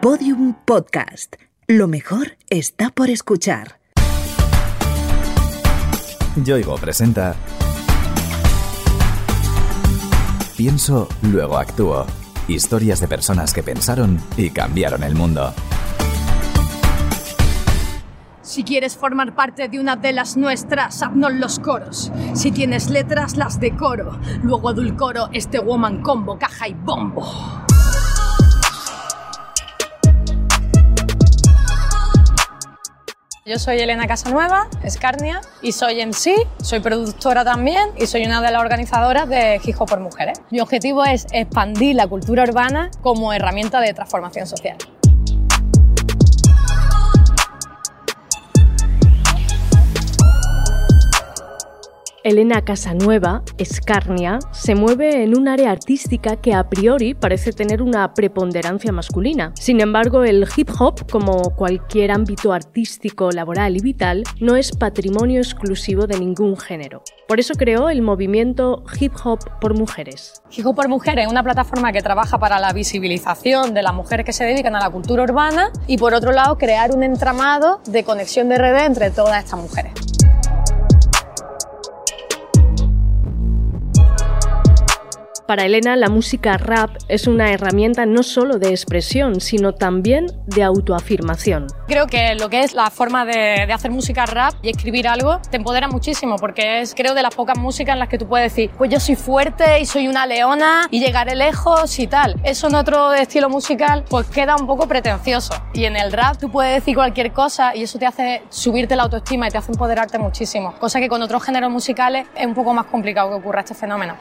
Podium Podcast. Lo mejor está por escuchar. Yoigo presenta Pienso, luego actúo. Historias de personas que pensaron y cambiaron el mundo. Si quieres formar parte de una de las nuestras, haznos los coros. Si tienes letras, las decoro. Luego edulcoro este woman combo, caja y bombo. Yo soy Elena Casanueva, Escarnia, y soy MC, soy productora también y soy una de las organizadoras de Hip Hop por Mujeres. Mi objetivo es expandir la cultura urbana como herramienta de transformación social. Elena Casanueva, Escarnia, se mueve en un área artística que a priori parece tener una preponderancia masculina. Sin embargo, el hip hop, como cualquier ámbito artístico, laboral y vital, no es patrimonio exclusivo de ningún género. Por eso creó el movimiento Hip Hop por Mujeres. Hip Hop por Mujeres es una plataforma que trabaja para la visibilización de las mujeres que se dedican a la cultura urbana y, por otro lado, crear un entramado de conexión de redes entre todas estas mujeres. Para Elena, la música rap es una herramienta no solo de expresión, sino también de autoafirmación. Creo que lo que es la forma de hacer música rap y escribir algo te empodera muchísimo, porque es, creo, de las pocas músicas en las que tú puedes decir, pues yo soy fuerte y soy una leona y llegaré lejos y tal. Eso en otro estilo musical pues queda un poco pretencioso. Y en el rap tú puedes decir cualquier cosa y eso te hace subirte la autoestima y te hace empoderarte muchísimo. Cosa que con otros géneros musicales es un poco más complicado que ocurra este fenómeno.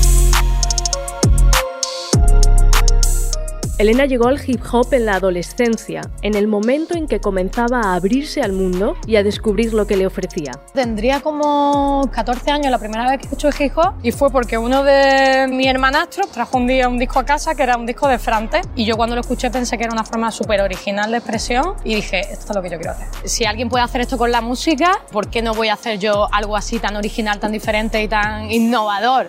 Elena llegó al hip hop en la adolescencia, en el momento en que comenzaba a abrirse al mundo y a descubrir lo que le ofrecía. Tendría como 14 años la primera vez que escuché hip hop y fue porque uno de mis hermanastros trajo un día un disco a casa que era un disco de Frante y yo cuando lo escuché pensé que era una forma súper original de expresión y dije, esto es lo que yo quiero hacer. Si alguien puede hacer esto con la música, ¿por qué no voy a hacer yo algo así tan original, tan diferente y tan innovador?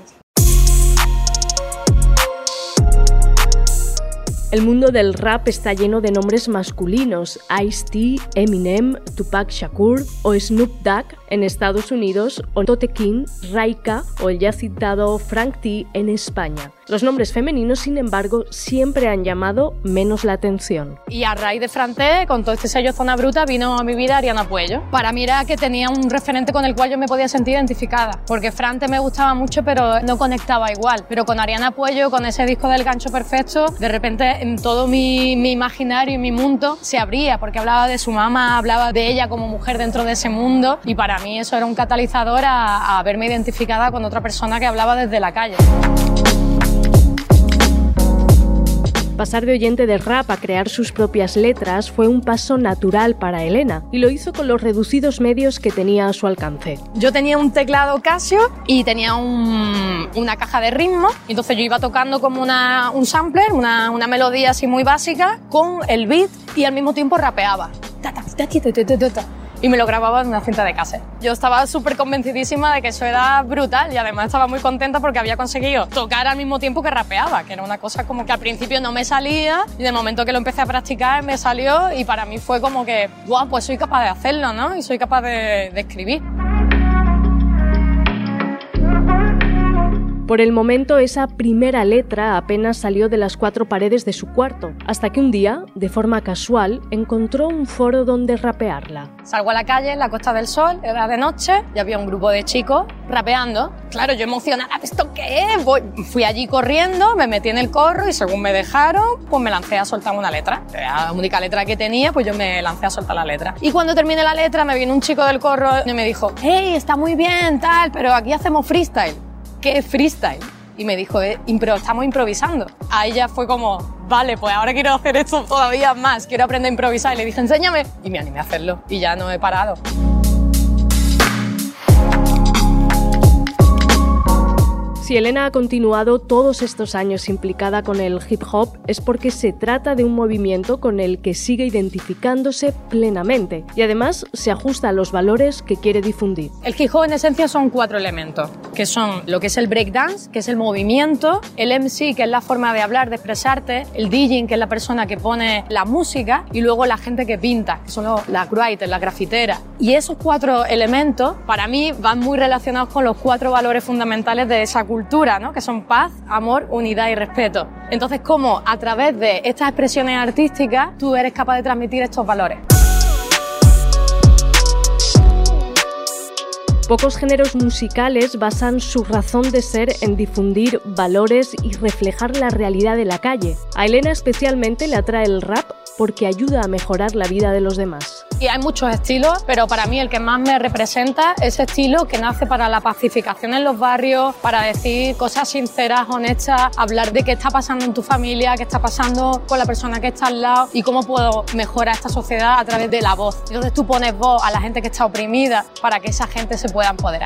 El mundo del rap está lleno de nombres masculinos: Ice-T, Eminem, Tupac Shakur o Snoop Dogg en Estados Unidos, o Tote King, Raika o el ya citado Frank T en España. Los nombres femeninos, sin embargo, siempre han llamado menos la atención. Y a raíz de Frante, con todo este sello Zona Bruta, vino a mi vida Ariana Puello. Para mí era que tenía un referente con el cual yo me podía sentir identificada, porque Frante me gustaba mucho, pero no conectaba igual. Pero con Ariana Puello, con ese disco del Gancho Perfecto, de repente en todo mi imaginario y mi mundo se abría, porque hablaba de su mamá, hablaba de ella como mujer dentro de ese mundo, y para mí eso era un catalizador a verme identificada con otra persona que hablaba desde la calle. Pasar de oyente de rap a crear sus propias letras fue un paso natural para Elena y lo hizo con los reducidos medios que tenía a su alcance. Yo tenía un teclado Casio y tenía una caja de ritmo, y entonces yo iba tocando como un sampler, una melodía así muy básica con el beat y al mismo tiempo rapeaba. Y me lo grababa en una cinta de cassette. Yo estaba súper convencidísima de que eso era brutal y además estaba muy contenta porque había conseguido tocar al mismo tiempo que rapeaba, que era una cosa como que al principio no me salía y de momento que lo empecé a practicar me salió y para mí fue como que, guau, pues soy capaz de hacerlo, ¿no? Y soy capaz de escribir. Por el momento, esa primera letra apenas salió de las 4 paredes de su cuarto, hasta que un día, de forma casual, encontró un foro donde rapearla. Salgo a la calle, en la Costa del Sol, era de noche, y había un grupo de chicos rapeando. Claro, yo emocionada, ¿esto qué es? Fui allí corriendo, me metí en el corro y según me dejaron, pues me lancé a soltar una letra. Era la única letra que tenía, pues yo me lancé a soltar la letra. Y cuando terminé la letra, me vino un chico del corro y me dijo, hey, está muy bien, tal, pero aquí hacemos freestyle. ¿Qué es freestyle? Y me dijo, estamos improvisando. Ahí ya fue como, vale, pues ahora quiero hacer esto todavía más, quiero aprender a improvisar. Y le dije, enséñame. Y me animé a hacerlo. Y ya no he parado. Si Elena ha continuado todos estos años implicada con el hip hop es porque se trata de un movimiento con el que sigue identificándose plenamente y además se ajusta a los valores que quiere difundir. El hip hop en esencia son 4 elementos, que son lo que es el breakdance, que es el movimiento, el MC, que es la forma de hablar, de expresarte, el DJing, que es la persona que pone la música, y luego la gente que pinta, que son las writers, las grafiteras. Y esos 4 elementos para mí van muy relacionados con los 4 valores fundamentales de esa cultura, ¿no? Que son paz, amor, unidad y respeto. Entonces, ¿cómo a través de estas expresiones artísticas tú eres capaz de transmitir estos valores? Pocos géneros musicales basan su razón de ser en difundir valores y reflejar la realidad de la calle. A Elena especialmente le atrae el rap porque ayuda a mejorar la vida de los demás. Y hay muchos estilos, pero para mí el que más me representa es ese estilo que nace para la pacificación en los barrios, para decir cosas sinceras, honestas, hablar de qué está pasando en tu familia, qué está pasando con la persona que está al lado y cómo puedo mejorar esta sociedad a través de la voz. Entonces tú pones voz a la gente que está oprimida para que esa gente se pueda empoderar.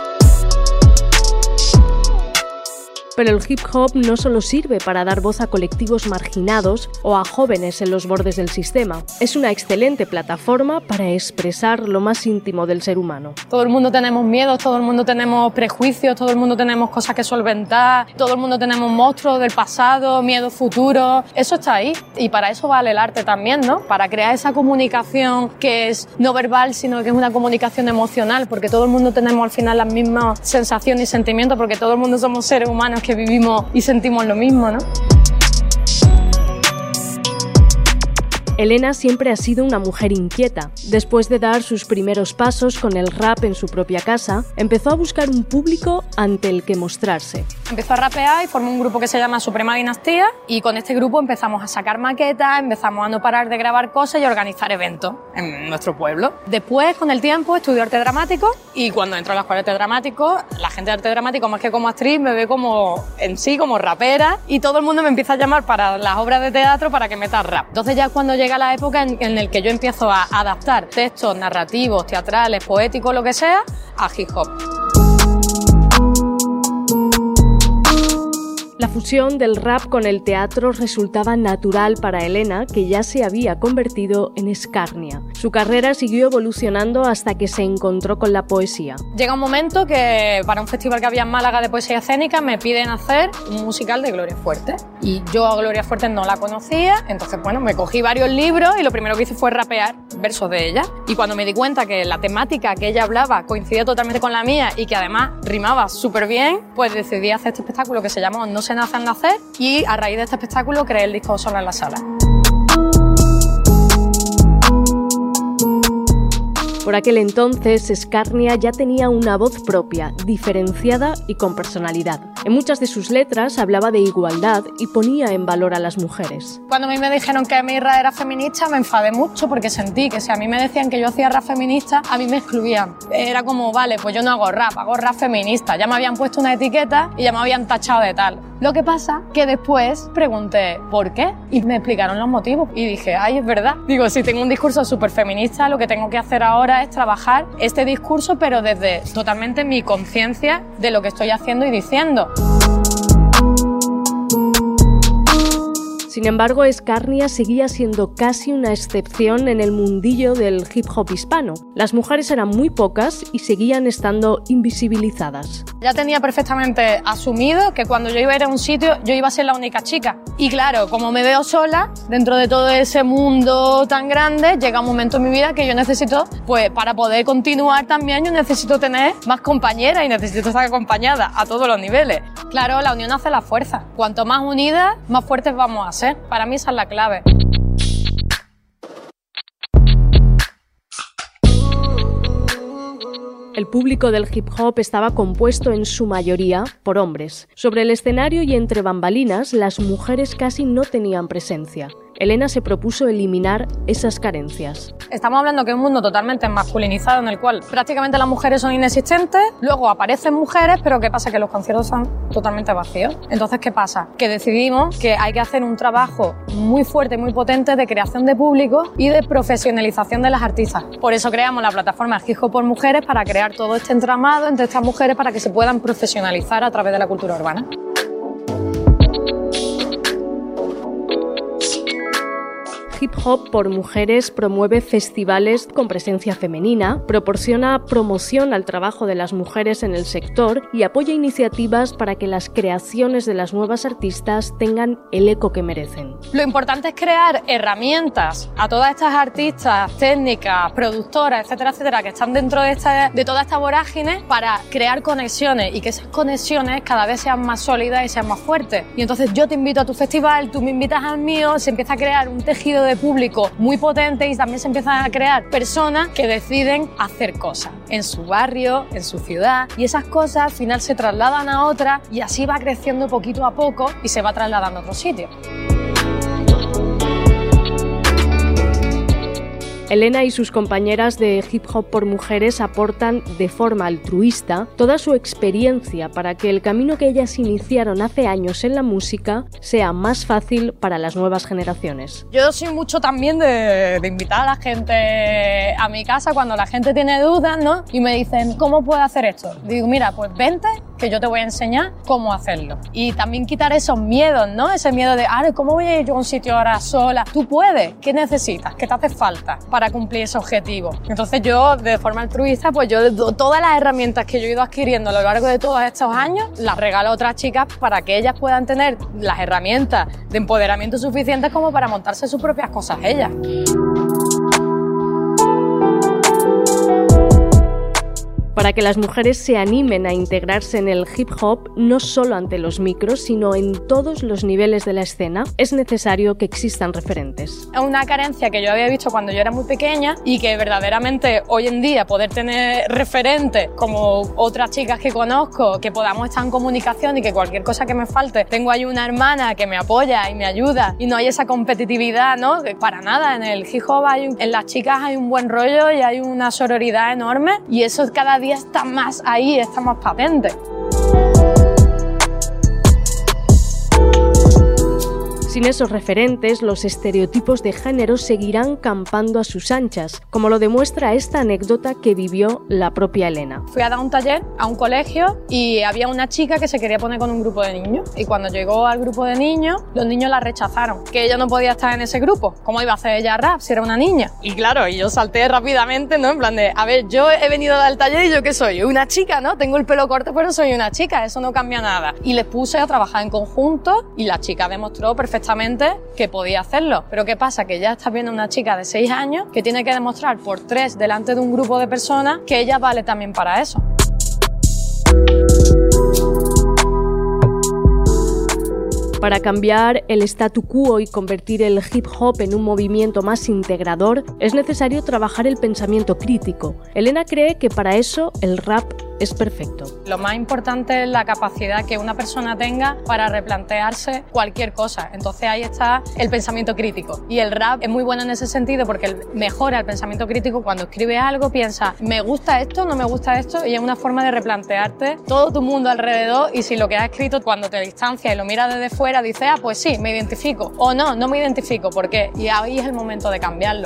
Pero el hip hop no solo sirve para dar voz a colectivos marginados o a jóvenes en los bordes del sistema. Es una excelente plataforma para expresar lo más íntimo del ser humano. Todo el mundo tenemos miedos, todo el mundo tenemos prejuicios, todo el mundo tenemos cosas que solventar, todo el mundo tenemos monstruos del pasado, miedos futuros. Eso está ahí y para eso vale el arte también, ¿no? Para crear esa comunicación que es no verbal, sino que es una comunicación emocional, porque todo el mundo tenemos al final las mismas sensaciones y sentimientos, porque todo el mundo somos seres humanos que vivimos y sentimos lo mismo, ¿no? Elena siempre ha sido una mujer inquieta. Después de dar sus primeros pasos con el rap en su propia casa, empezó a buscar un público ante el que mostrarse. Empezó a rapear y formó un grupo que se llama Suprema Dinastía y con este grupo empezamos a sacar maquetas, empezamos a no parar de grabar cosas y a organizar eventos en nuestro pueblo. Después, con el tiempo, estudié arte dramático y cuando entro a la escuela de arte dramático, la gente de arte dramático, más que como actriz, me ve como en sí, como rapera y todo el mundo me empieza a llamar para las obras de teatro para que meta rap. Entonces ya cuando llega la época en la que yo empiezo a adaptar textos narrativos, teatrales, poéticos, lo que sea, a hip hop. La fusión del rap con el teatro resultaba natural para Elena, que ya se había convertido en Escarnia. Su carrera siguió evolucionando hasta que se encontró con la poesía. Llega un momento que para un festival que había en Málaga de poesía escénica me piden hacer un musical de Gloria Fuertes. Y yo a Gloria Fuertes no la conocía, entonces bueno, me cogí varios libros y lo primero que hice fue rapear versos de ella. Y cuando me di cuenta que la temática que ella hablaba coincidía totalmente con la mía y que además rimaba súper bien, pues decidí hacer este espectáculo que se llamó No se nace al nacer y a raíz de este espectáculo creé el disco Sola en la Sala. Por aquel entonces, Escarnia ya tenía una voz propia, diferenciada y con personalidad. En muchas de sus letras hablaba de igualdad y ponía en valor a las mujeres. Cuando a mí me dijeron que mi rap era feminista, me enfadé mucho porque sentí que si a mí me decían que yo hacía rap feminista, a mí me excluían. Era como, vale, pues yo no hago rap feminista. Ya me habían puesto una etiqueta y ya me habían tachado de tal. Lo que pasa que después pregunté ¿por qué? Y me explicaron los motivos y dije, ay, es verdad. Digo, si tengo un discurso súper feminista, lo que tengo que hacer ahora es trabajar este discurso, pero desde totalmente mi conciencia de lo que estoy haciendo y diciendo. Sin embargo, Escarnia seguía siendo casi una excepción en el mundillo del hip hop hispano. Las mujeres eran muy pocas y seguían estando invisibilizadas. Ya tenía perfectamente asumido que cuando yo iba a ir a un sitio, yo iba a ser la única chica. Y claro, como me veo sola, dentro de todo ese mundo tan grande, llega un momento en mi vida que yo necesito, pues para poder continuar también, yo necesito tener más compañeras y necesito estar acompañada a todos los niveles. Claro, la unión hace la fuerza. Cuanto más unidas, más fuertes vamos a ser. Para mí esa es la clave. El público del hip hop estaba compuesto en su mayoría por hombres. Sobre el escenario y entre bambalinas, las mujeres casi no tenían presencia. Elena se propuso eliminar esas carencias. Estamos hablando que es un mundo totalmente masculinizado en el cual prácticamente las mujeres son inexistentes, luego aparecen mujeres, pero ¿qué pasa? Que los conciertos son totalmente vacíos. Entonces, ¿qué pasa? Que decidimos que hay que hacer un trabajo muy fuerte, muy potente de creación de público y de profesionalización de las artistas. Por eso creamos la plataforma Hip Hop por Mujeres, para crear todo este entramado entre estas mujeres para que se puedan profesionalizar a través de la cultura urbana. Hip Hop por Mujeres promueve festivales con presencia femenina, proporciona promoción al trabajo de las mujeres en el sector y apoya iniciativas para que las creaciones de las nuevas artistas tengan el eco que merecen. Lo importante es crear herramientas a todas estas artistas, técnicas, productoras, etcétera, etcétera, que están dentro de toda esta vorágine para crear conexiones y que esas conexiones cada vez sean más sólidas y sean más fuertes. Y entonces yo te invito a tu festival, tú me invitas al mío, se empieza a crear un tejido de público muy potente y también se empiezan a crear personas que deciden hacer cosas en su barrio, en su ciudad, y esas cosas al final se trasladan a otras y así va creciendo poquito a poco y se va trasladando a otros sitios. Elena y sus compañeras de Hip Hop por Mujeres aportan de forma altruista toda su experiencia para que el camino que ellas iniciaron hace años en la música sea más fácil para las nuevas generaciones. Yo soy mucho también de invitar a la gente a mi casa cuando la gente tiene dudas, ¿no? Y me dicen, ¿cómo puedo hacer esto? Digo, mira, pues vente, que yo te voy a enseñar cómo hacerlo. Y también quitar esos miedos, ¿no? Ese miedo de, ¿cómo voy a ir yo a un sitio ahora sola? Tú puedes, ¿qué necesitas? ¿Qué te hace falta para cumplir ese objetivo? Entonces yo, de forma altruista, pues yo todas las herramientas que yo he ido adquiriendo a lo largo de todos estos años, las regalo a otras chicas para que ellas puedan tener las herramientas de empoderamiento suficientes como para montarse sus propias cosas ellas. Para que las mujeres se animen a integrarse en el hip hop, no solo ante los micros, sino en todos los niveles de la escena, es necesario que existan referentes. Es una carencia que yo había visto cuando yo era muy pequeña y que verdaderamente hoy en día poder tener referentes como otras chicas que conozco, que podamos estar en comunicación y que cualquier cosa que me falte, tengo ahí una hermana que me apoya y me ayuda y no hay esa competitividad, ¿no? Para nada, en el hip hop en las chicas hay un buen rollo y hay una sororidad enorme y eso cada día está más ahí, está más patente. Sin esos referentes, los estereotipos de género seguirán campando a sus anchas, como lo demuestra esta anécdota que vivió la propia Elena. Fui a dar un taller a un colegio y había una chica que se quería poner con un grupo de niños y cuando llegó al grupo de niños, los niños la rechazaron, que ella no podía estar en ese grupo. ¿Cómo iba a hacer ella rap si era una niña? Y claro, y yo salté rápidamente, ¿no? En plan de, a ver, yo he venido a dar el taller y ¿yo qué soy? Una chica, ¿no? Tengo el pelo corto, pero soy una chica, eso no cambia nada. Y les puse a trabajar en conjunto y la chica demostró perfectamente que podía hacerlo. Pero ¿qué pasa? Que ya estás viendo una chica de 6 años que tiene que demostrar por 3 delante de un grupo de personas que ella vale también para eso. Para cambiar el statu quo y convertir el hip hop en un movimiento más integrador, es necesario trabajar el pensamiento crítico. Elena cree que para eso el rap es perfecto. Lo más importante es la capacidad que una persona tenga para replantearse cualquier cosa. Entonces ahí está el pensamiento crítico. Y el rap es muy bueno en ese sentido porque mejora el pensamiento crítico. Cuando escribes algo piensas, ¿me gusta esto? ¿No me gusta esto? Y es una forma de replantearte todo tu mundo alrededor y si lo que has escrito cuando te distancias y lo miras desde fuera dices, pues sí, me identifico. O no, no me identifico. ¿Por qué? Y ahí es el momento de cambiarlo.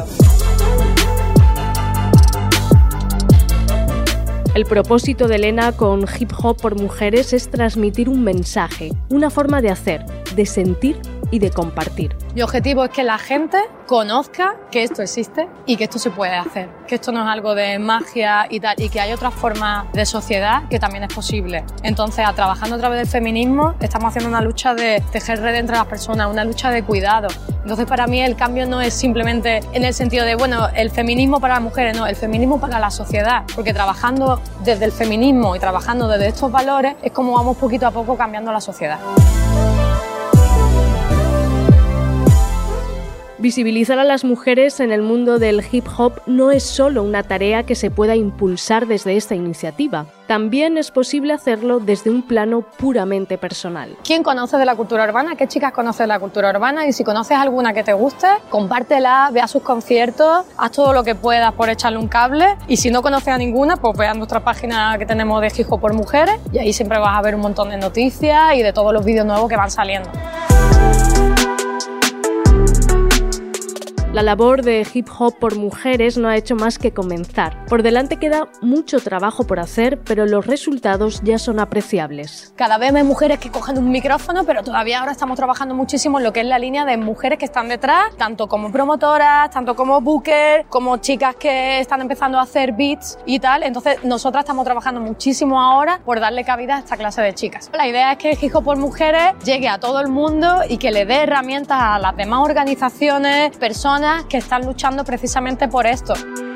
El propósito de Elena con Hip Hop por Mujeres es transmitir un mensaje, una forma de hacer, de sentir y de compartir. Mi objetivo es que la gente conozca que esto existe y que esto se puede hacer, que esto no es algo de magia y tal, y que hay otras formas de sociedad que también es posible. Entonces, trabajando a través del feminismo, estamos haciendo una lucha de tejer red entre las personas, una lucha de cuidado. Entonces, para mí el cambio no es simplemente en el sentido de, bueno, el feminismo para las mujeres, no, el feminismo para la sociedad, porque trabajando desde el feminismo y trabajando desde estos valores es como vamos poquito a poco cambiando la sociedad. Visibilizar a las mujeres en el mundo del hip hop no es solo una tarea que se pueda impulsar desde esta iniciativa. También es posible hacerlo desde un plano puramente personal. ¿Quién conoce de la cultura urbana? ¿Qué chicas conoces de la cultura urbana? Y si conoces alguna que te guste, compártela, ve a sus conciertos, haz todo lo que puedas por echarle un cable. Y si no conoces a ninguna, pues ve a nuestra página que tenemos de Hip Hop por Mujeres y ahí siempre vas a ver un montón de noticias y de todos los vídeos nuevos que van saliendo. La labor de Hip Hop por Mujeres no ha hecho más que comenzar. Por delante queda mucho trabajo por hacer, pero los resultados ya son apreciables. Cada vez hay mujeres que cogen un micrófono, pero todavía ahora estamos trabajando muchísimo en lo que es la línea de mujeres que están detrás, tanto como promotoras, tanto como bookers, como chicas que están empezando a hacer beats y tal. Entonces nosotras estamos trabajando muchísimo ahora por darle cabida a esta clase de chicas. La idea es que Hip Hop por Mujeres llegue a todo el mundo y que le dé herramientas a las demás organizaciones, personas que están luchando precisamente por esto.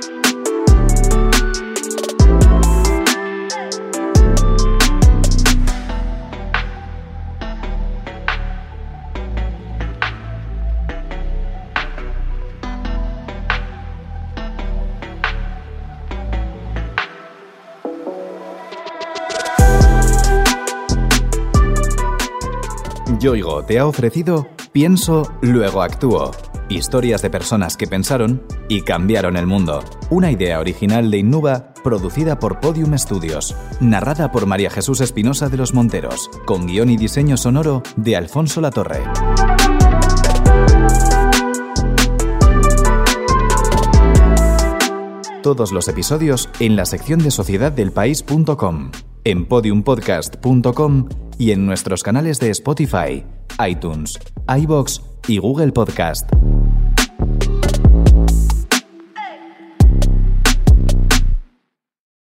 Yoigo te ha ofrecido Pienso, luego actúo. Historias de personas que pensaron y cambiaron el mundo. Una idea original de Innuba, producida por Podium Studios. Narrada por María Jesús Espinosa de los Monteros. Con guión y diseño sonoro de Alfonso Latorre. Todos los episodios en la sección de sociedaddelpaís.com, en podiumpodcast.com y en nuestros canales de Spotify, iTunes, iVoox y Google Podcast.